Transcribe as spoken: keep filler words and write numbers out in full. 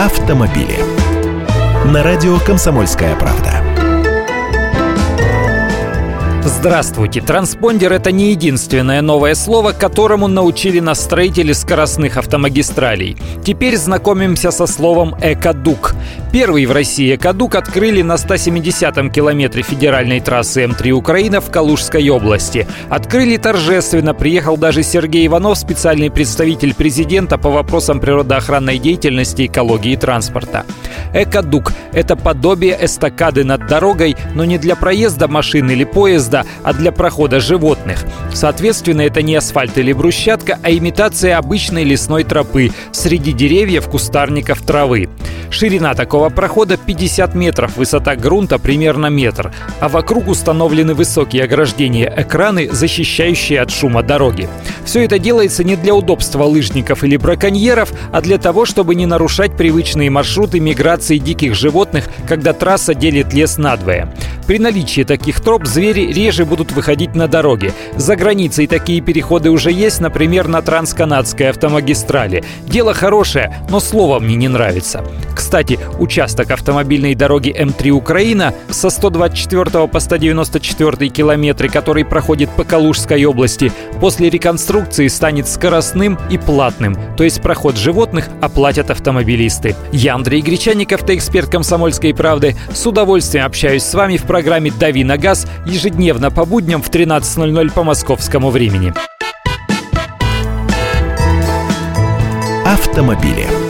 автомобили. На радио «Комсомольская правда». Здравствуйте! Транспондер — это не единственное новое слово, которому научили нас строители скоростных автомагистралей. Теперь знакомимся со словом «экодук». Первый в России экодук открыли на ста семидесятом километре федеральной трассы эм три Украина в Калужской области. Открыли торжественно, приехал даже Сергей Иванов, специальный представитель президента по вопросам природоохранной деятельности, экологии и транспорта. Экодук — это подобие эстакады над дорогой, но не для проезда машин или поезда, а для прохода животных. Соответственно, это не асфальт или брусчатка, а имитация обычной лесной тропы среди деревьев, кустарников, травы. Ширина такого прохода пятьдесят метров, высота грунта примерно метр, а вокруг установлены высокие ограждения, экраны, защищающие от шума дороги. Все это делается не для удобства лыжников или браконьеров, а для того, чтобы не нарушать привычные маршруты миграции диких животных, когда трасса делит лес надвое. При наличии таких троп звери реже будут выходить на дороги. За границей такие переходы уже есть, например, на трансканадской автомагистрали. Дело хорошее, но слово мне не нравится. Кстати, участок автомобильной дороги эм три Украина со сто двадцать четвёртого по сто девяносто четвёртый километры, который проходит по Калужской области, после реконструкции станет скоростным и платным, то есть проход животных оплатят автомобилисты. Я Андрей Гречаник, автоэксперт «Комсомольской правды». С удовольствием общаюсь с вами в программе «Дави на газ» ежедневно по будням в тринадцать ноль ноль по московскому времени. Автомобили.